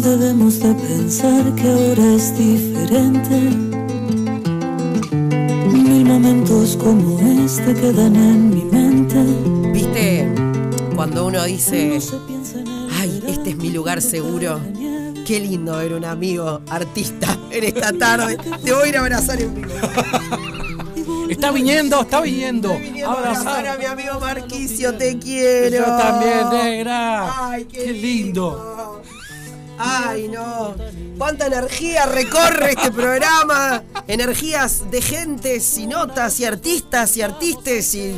debemos de pensar que ahora es diferente. Mil momentos como este quedan en mi mente. ¿Viste? Cuando uno dice, ay, este es mi lugar seguro. Qué lindo ver un amigo artista en esta tarde. Te voy a ir a abrazar en vivo. Está viniendo. Abrazar a mi amigo Marquicio, te quiero. Yo también, negra. Ay, qué lindo. Ay, no. Cuánta energía recorre este programa. Energías de gentes y notas y artistas y artistes y...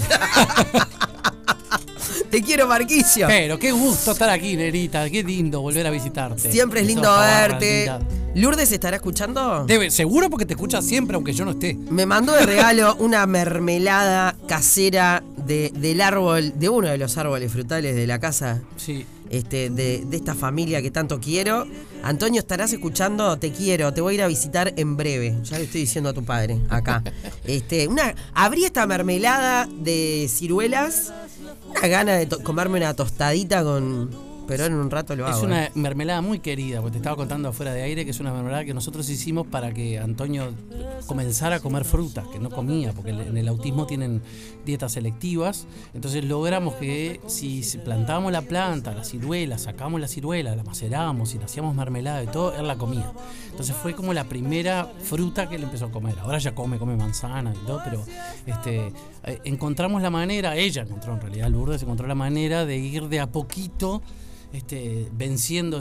Te quiero, Marquicio. Pero qué gusto estar aquí, negrita. Qué lindo volver a visitarte. Siempre es lindo verte. ¿Lourdes estará escuchando? Seguro, porque te escucha siempre, aunque yo no esté. Me mandó de regalo una mermelada casera del árbol, de uno de los árboles frutales de la casa. Sí. De esta familia que tanto quiero. Antonio, ¿estarás escuchando? Te quiero, te voy a ir a visitar en breve. Ya le estoy diciendo a tu padre, acá. Abrí esta mermelada de ciruelas. Una gana de comerme una tostadita pero en un rato lo hago. Es una mermelada muy querida, porque te estaba contando afuera de aire que es una mermelada que nosotros hicimos para que Antonio comenzara a comer frutas, que no comía, porque en el autismo tienen dietas selectivas. Entonces logramos que si plantábamos la planta, la ciruela, sacábamos la ciruela, la macerábamos y le hacíamos mermelada y todo, él la comía. Entonces fue como la primera fruta que él empezó a comer. Ahora ya come manzana y todo, pero encontramos la manera, ella encontró en realidad, Lourdes encontró la manera de ir de a poquito venciendo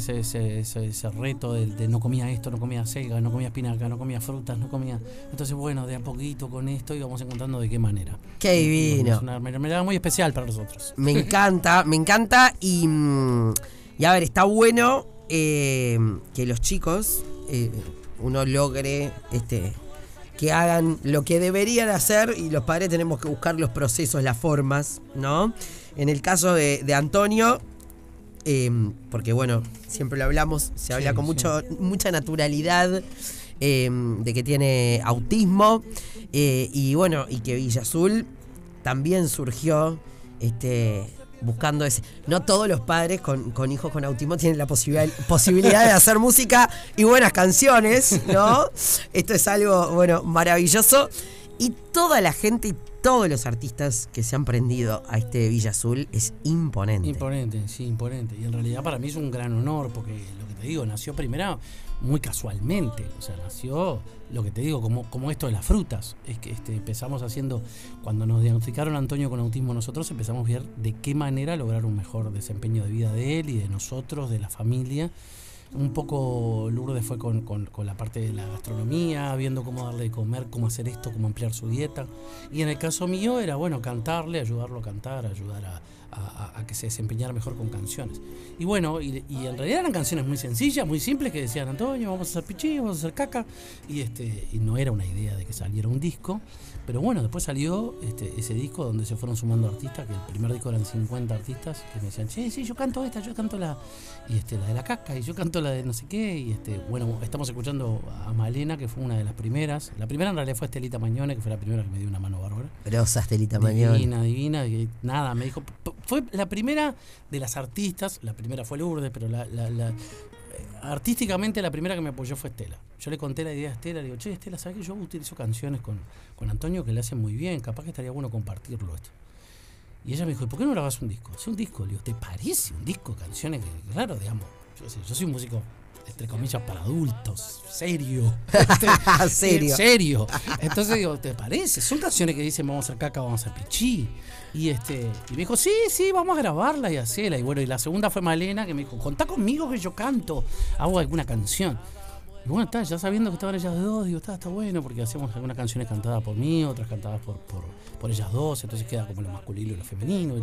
ese reto de no comía esto, no comía selga, no comía espinaca, no comía frutas, no comía... Entonces, bueno, de a poquito con esto íbamos encontrando de qué manera. ¡Qué divino! Es una mermelada muy especial para nosotros. Me encanta y a ver, está bueno que los chicos uno logre que hagan lo que deberían hacer, y los padres tenemos que buscar los procesos, las formas, ¿no? En el caso de Antonio... porque bueno, siempre lo hablamos, se habla con mucha naturalidad de que tiene autismo, y bueno, y que Villa Azul también surgió buscando ese. No todos los padres con hijos con autismo tienen la posibilidad de hacer música y buenas canciones, ¿no? Esto es algo, bueno, maravilloso, y toda la gente y todos los artistas que se han prendido a Villa Azul es imponente. Imponente. Y en realidad para mí es un gran honor, porque lo que te digo, nació primero muy casualmente. O sea, nació, lo que te digo, como esto de las frutas. Es que empezamos haciendo, cuando nos diagnosticaron a Antonio con autismo, nosotros empezamos a ver de qué manera lograr un mejor desempeño de vida de él y de nosotros, de la familia. Un poco Lourdes fue con la parte de la gastronomía, viendo cómo darle de comer, cómo hacer esto, cómo ampliar su dieta. Y en el caso mío era, bueno, cantarle, ayudarlo a cantar, ayudar a que se desempeñara mejor con canciones. Y bueno, y en realidad eran canciones muy sencillas, muy simples, que decían, Antonio, vamos a hacer pichí, vamos a hacer caca. Y no era una idea de que saliera un disco. Pero bueno, después salió ese disco donde se fueron sumando artistas, que el primer disco eran 50 artistas, que me decían, sí, yo canto esta, yo canto la de la caca, y yo canto la de no sé qué, y bueno, estamos escuchando a Malena, que fue una de las primeras. La primera en realidad fue Estelita Mañone, que fue la primera que me dio una mano bárbara. Grosa Estelita Mañone. Divina, y nada, me dijo, fue la primera de las artistas, la primera fue Lourdes, pero artísticamente la primera que me apoyó fue Estela. Yo le conté la idea a Estela, le digo, che, Estela, ¿sabes que yo utilizo canciones con Antonio que le hacen muy bien? Capaz que estaría bueno compartirlo esto. Y ella me dijo, ¿por qué no grabas un disco? ¿Es un disco? Le digo, ¿te parece un disco? Canciones que, claro, digamos, yo soy un músico, entre comillas, para adultos, serio. Serio. Entonces digo, ¿te parece? Son canciones que dicen, vamos a hacer caca, vamos a hacer pichí. Y me dijo, sí, vamos a grabarla y hacerla. Y bueno, y la segunda fue Malena, que me dijo, contá conmigo que yo canto, hago alguna canción. Y bueno, ya sabiendo que estaban ellas dos, digo, está bueno, porque hacemos algunas canciones cantadas por mí, otras cantadas por ellas dos, entonces queda como lo masculino y lo femenino,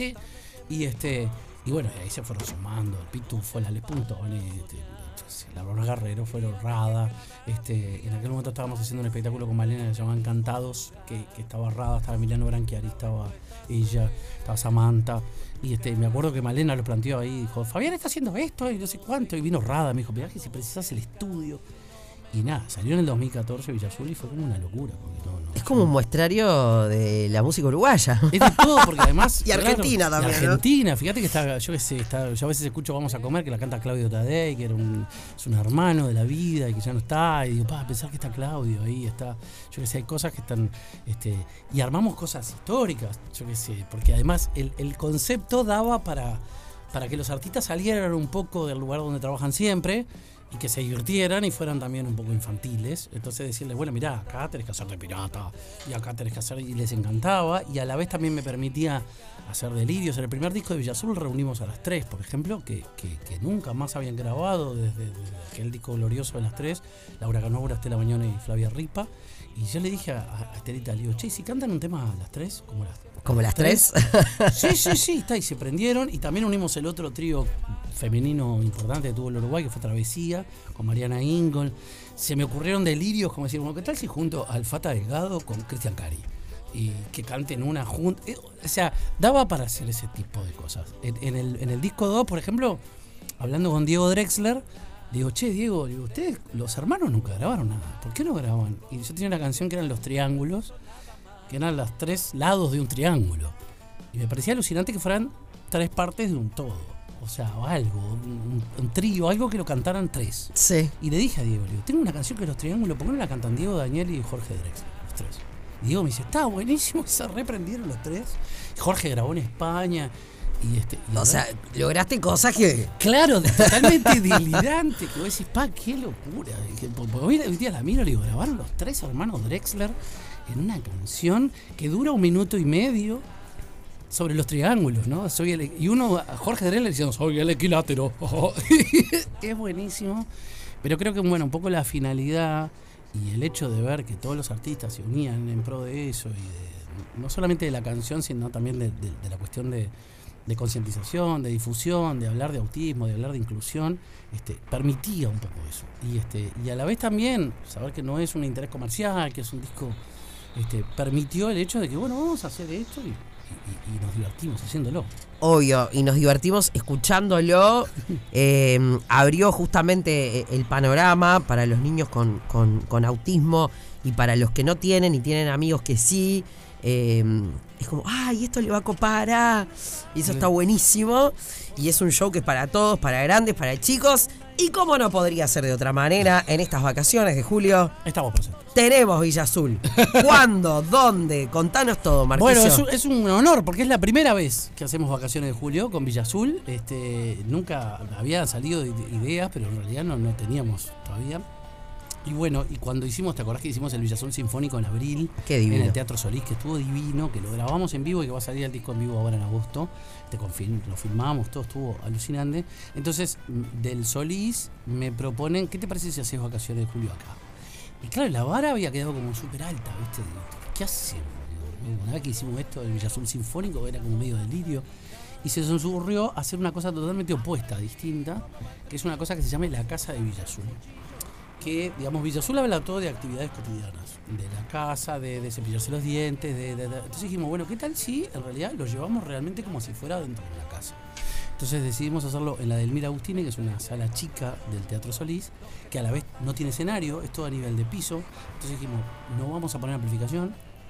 y bueno, ahí se fueron sumando, el Pitufo, la Les Puntones, la Brona Guerrero, fue Rada. En aquel momento estábamos haciendo un espectáculo con Malena que se llamaban Encantados, que estaba Rada, estaba Emiliano Branchiari, estaba ella, estaba Samantha. Y me acuerdo que Malena lo planteó ahí, dijo, Fabián está haciendo esto y no sé cuánto. Y vino Rada, me dijo, mirá que si precisas el estudio. Y nada, salió en el 2014 Villa Azul y fue como una locura. Porque es como un muestrario de la música uruguaya. Es de todo, porque además. Y Argentina claro, también. Y Argentina, fíjate que está, yo qué sé, yo a veces escucho Vamos a Comer, que la canta Claudio Tadei, que es un hermano de la vida y que ya no está. Y digo, pensar que está Claudio ahí, está. Yo qué sé, hay cosas que están. Y armamos cosas históricas, yo qué sé, porque además el concepto daba para que los artistas salieran un poco del lugar donde trabajan siempre. Y que se divirtieran y fueran también un poco infantiles. Entonces decirles, bueno, mirá, acá tenés que hacer de pirata, y acá tenés que hacer, y les encantaba, y a la vez también me permitía hacer delirios. En el primer disco de Villa Azul reunimos a las tres, por ejemplo, que nunca más habían grabado desde aquel disco glorioso de las tres, Laura Canobra, Estela Mañone y Flavia Ripa. Y yo le dije a Estelita, le digo, che, si cantan un tema a las tres, ¿Como las tres? Sí, está, y se prendieron. Y también unimos el otro trío femenino importante que tuvo el Uruguay, que fue Travesía, con Mariana Ingol. Se me ocurrieron delirios, como decir, bueno, ¿qué tal si junto al Fata Delgado con Cristian Cari? Y que canten una junta. O sea, daba para hacer ese tipo de cosas. En el disco 2, por ejemplo, hablando con Diego Drexler, digo, che, Diego, ustedes, los hermanos nunca grabaron nada. ¿Por qué no graban? Y yo tenía una canción que eran Los Triángulos, que eran los tres lados de un triángulo. Y me parecía alucinante que fueran tres partes de un todo. O sea, algo, un trío, algo que lo cantaran tres. Sí. Y le dije a Diego, tengo una canción que es Los Triángulos, ¿por qué no la cantan Diego, Daniel y Jorge Drexler? Los tres. Y Diego me dice, está buenísimo, se reprendieron los tres. Jorge grabó en España. Y o sea, lograste cosas que... Claro, totalmente delirante. Que vos decís, qué locura. Hoy día la miro y le digo, grabaron los tres hermanos Drexler en una canción que dura 1 minuto y medio sobre los triángulos, ¿no? Y uno, Jorge Drexler diciendo, soy el equilátero. Es buenísimo. Pero creo que, bueno, un poco la finalidad y el hecho de ver que todos los artistas se unían en pro de eso, y no solamente de la canción, sino también de la cuestión de concientización, de difusión, de hablar de autismo, de hablar de inclusión, permitía un poco eso. Y a la vez también saber que no es un interés comercial, que es un disco, permitió el hecho de que, bueno, vamos a hacer esto y nos divertimos haciéndolo. Obvio, y nos divertimos escuchándolo. Abrió justamente el panorama para los niños con autismo y para los que no tienen y tienen amigos que sí. Es como, ¡ay, esto le va a copar! Y eso está buenísimo. Y es un show que es para todos, para grandes, para chicos. Y como no podría ser de otra manera, en estas vacaciones de julio estamos presentes. Tenemos Villa Azul. ¿Cuándo? ¿Dónde? Contanos todo, Marquicio. Bueno, es un honor, porque es la primera vez que hacemos vacaciones de julio con Villa Azul. Nunca habían salido ideas, pero en realidad no teníamos todavía. Y bueno, y cuando hicimos, ¿te acordás que hicimos el Villa Azul Sinfónico en abril? Qué divino. En el Teatro Solís, que estuvo divino, que lo grabamos en vivo y que va a salir el disco en vivo ahora en agosto. Lo filmamos, todo estuvo alucinante. Entonces, del Solís me proponen, ¿qué te parece si haces vacaciones de julio acá? Y claro, la vara había quedado como súper alta, ¿viste? Digo, ¿qué hacemos? Una vez que hicimos esto del Villa Azul Sinfónico, era como medio delirio. Y se nos ocurrió hacer una cosa totalmente opuesta, distinta, que es una cosa que se llama la Casa de Villa Azul. Que, digamos, Villa Azul habla todo de actividades cotidianas, de la casa, de cepillarse los dientes, Entonces dijimos, bueno, ¿qué tal si en realidad lo llevamos realmente como si fuera dentro de la casa? Entonces decidimos hacerlo en la del Elmira Agustini, que es una sala chica del Teatro Solís, que a la vez no tiene escenario, es todo a nivel de piso. Entonces dijimos, no vamos a poner amplificación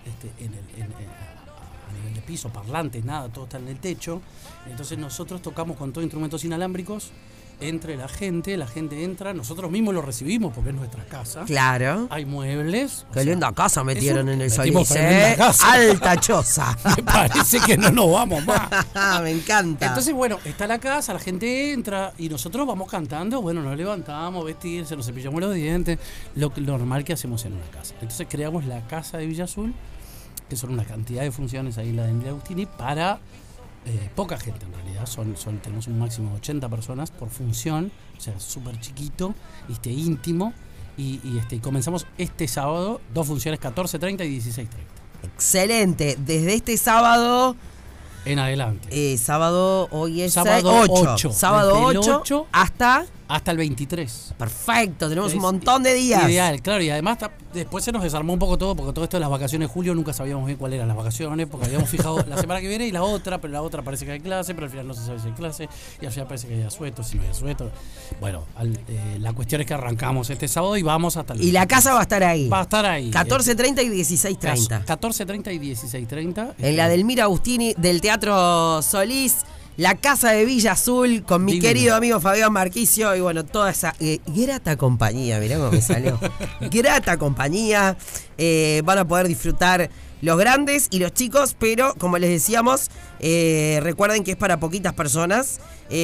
a nivel de piso, parlantes, nada, todo está en el techo. Entonces nosotros tocamos con todos instrumentos inalámbricos. Entre la gente entra, nosotros mismos lo recibimos porque es nuestra casa. Claro. Hay muebles. Qué linda casa metieron en el Solís, casa. Alta choza. Me parece que no nos vamos más. Me encanta. Entonces, bueno, está la casa, la gente entra y nosotros vamos cantando, bueno, nos levantamos, vestirse, nos cepillamos los dientes, lo normal que hacemos en una casa. Entonces creamos la Casa de Villa Azul, que son una cantidad de funciones ahí en la de Emilio Agustini, para poca gente en realidad, tenemos un máximo de 80 personas por función, o sea, súper chiquito, íntimo, y comenzamos este sábado, 2 funciones, 14:30 y 16:30. Excelente, desde este sábado en adelante. Sábado, hoy es sábado 8. Sábado 8 hasta Hasta el 23. Perfecto, tenemos un montón de días. Ideal, claro, y además después se nos desarmó un poco todo, porque todo esto de las vacaciones de julio nunca sabíamos bien cuáles eran las vacaciones, porque habíamos fijado la semana que viene y la otra, pero la otra parece que hay clase, pero al final no se sabe si hay clase, y al final parece que hay asueto, si no hay asueto. Bueno, la cuestión es que arrancamos este sábado y vamos hasta el... Y la casa va a estar ahí. Va a estar ahí. 14:30 y 16:30. 14:30 y 16:30. En la Delmira Agustini del Teatro Solís. La casa de Villa Azul con mi querido amigo Fabián Marquicio y bueno, toda esa grata compañía, mirá cómo me salió. Grata compañía. Van a poder disfrutar los grandes y los chicos, pero como les decíamos, recuerden que es para poquitas personas.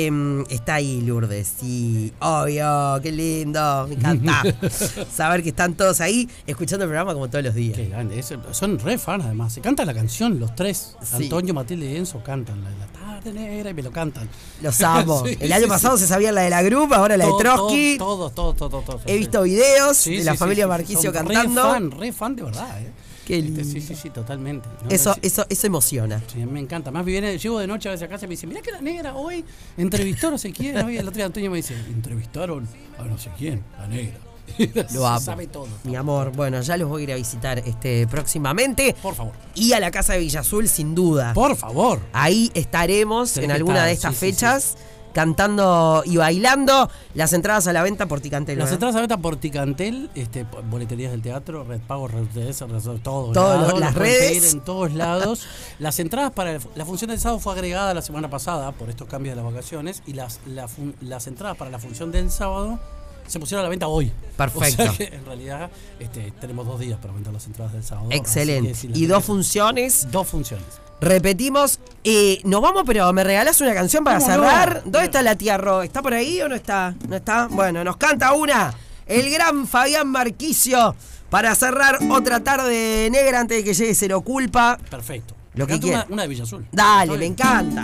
Está ahí Lourdes, sí, obvio, qué lindo, me encanta saber que están todos ahí escuchando el programa como todos los días. Qué grande, son re fan además, se canta la canción, los tres, sí. Antonio, Matilde y Enzo cantan la tarde negra y me lo cantan. Los amo. Sí, el año pasado se sabía la de la grupa, ahora la de Trotsky. Todo. He visto videos de la familia Marquicio cantando. Re fan de verdad, Qué lindo. Sí, totalmente. ¿No? Eso emociona. Sí, me encanta. Más llego de noche a veces a casa y me dicen, mirá que la negra hoy entrevistó no sé quién. Hoy el otro día Antonio me dice, entrevistaron a no sé quién, la negra. Lo amo. Sabe todo. Mi amor, bueno, ya los voy a ir a visitar próximamente. Por favor. Y a la casa de Villa Azul, sin duda. Por favor. Ahí estaremos en alguna de estas fechas. Cantando y bailando. Las entradas a la venta por Ticantel. Las entradas a la venta por Ticantel, boleterías del teatro, Red Pago, Red DS, todos lados, las redes. En todos lados. Las entradas para la función del sábado fue agregada la semana pasada por estos cambios de las vacaciones y las entradas para la función del sábado se pusieron a la venta hoy. Perfecto. O sea que en realidad tenemos 2 días para vender las entradas del sábado. Excelente. ¿Y 2 funciones? 2 funciones. Repetimos, nos vamos, pero ¿me regalás una canción para cerrar? ¿Dónde está la tía Ro? ¿Está por ahí o no está? ¿No está? Bueno, nos canta una. El gran Fabián Marquicio para cerrar otra tarde negra antes de que llegue Cero Culpa. Perfecto. Lo que quiera. Una de Villa Azul. Dale, me encanta.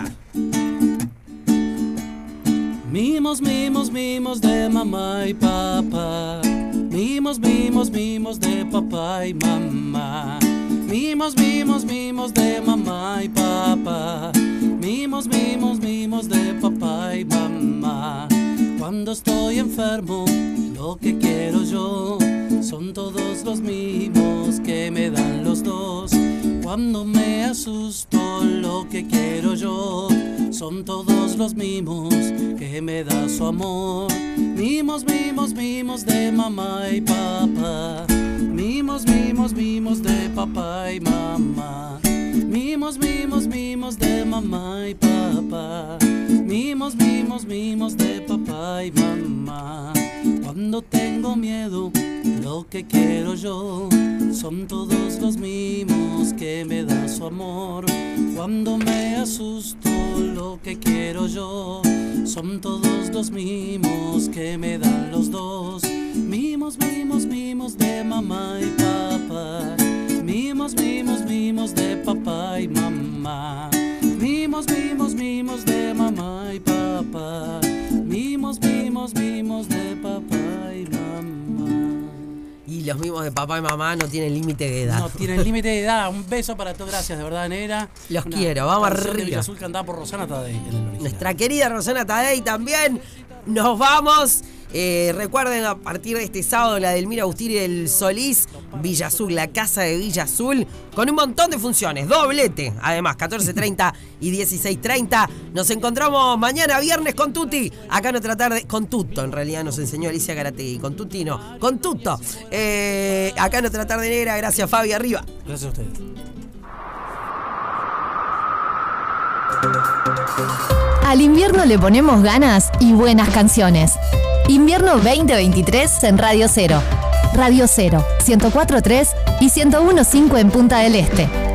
Mimos, mimos, mimos de mamá y papá. Mimos, mimos, mimos de papá y mamá. Mimos, mimos, mimos de mamá y papá. Mimos, mimos, mimos de papá y mamá. Cuando estoy enfermo, lo que quiero yo son todos los mimos que me dan los dos. Cuando me asusto, lo que quiero yo son todos los mimos que me da su amor. Mimos, mimos, mimos de mamá y papá. Mimos, mimos, mimos de papá y mamá. Mimos, mimos, mimos de mamá y papá. Mimos, mimos, mimos de papá y mamá. Cuando tengo miedo, lo que quiero yo son todos los mimos que me da su amor. Cuando me asusto, lo que quiero yo son todos los mimos que me dan los dos. Mimos, mimos, mimos de mamá y papá. Mimos, mimos, mimos de papá y mamá. Mimos, mimos, mimos de mamá y papá. Mimos, mimos, mimos de papá y mamá. Y los mimos de papá y mamá no tienen límite de edad. No tienen límite de edad. Un beso para todos. Gracias, de verdad, negra. Los quiero. Vamos arriba. De Villa Azul cantada por Rosana Tadei en el original. Nuestra querida Rosana Tadei también. Nos vamos. Recuerden, a partir de este sábado, la Delmira Agustini del Solís, Villa Azul, la casa de Villa Azul, con un montón de funciones, doblete, además, 14:30 y 16:30. Nos encontramos mañana viernes con Tuti, acá en otra tarde, con Tutto, en realidad nos enseñó Alicia Garategui, con Tuti no, con Tutto, acá en otra tarde negra. Gracias, Fabi, arriba. Gracias a ustedes. Al invierno le ponemos ganas y buenas canciones. Invierno 2023 en Radio Cero. Radio Cero, 104.3 y 101.5 en Punta del Este.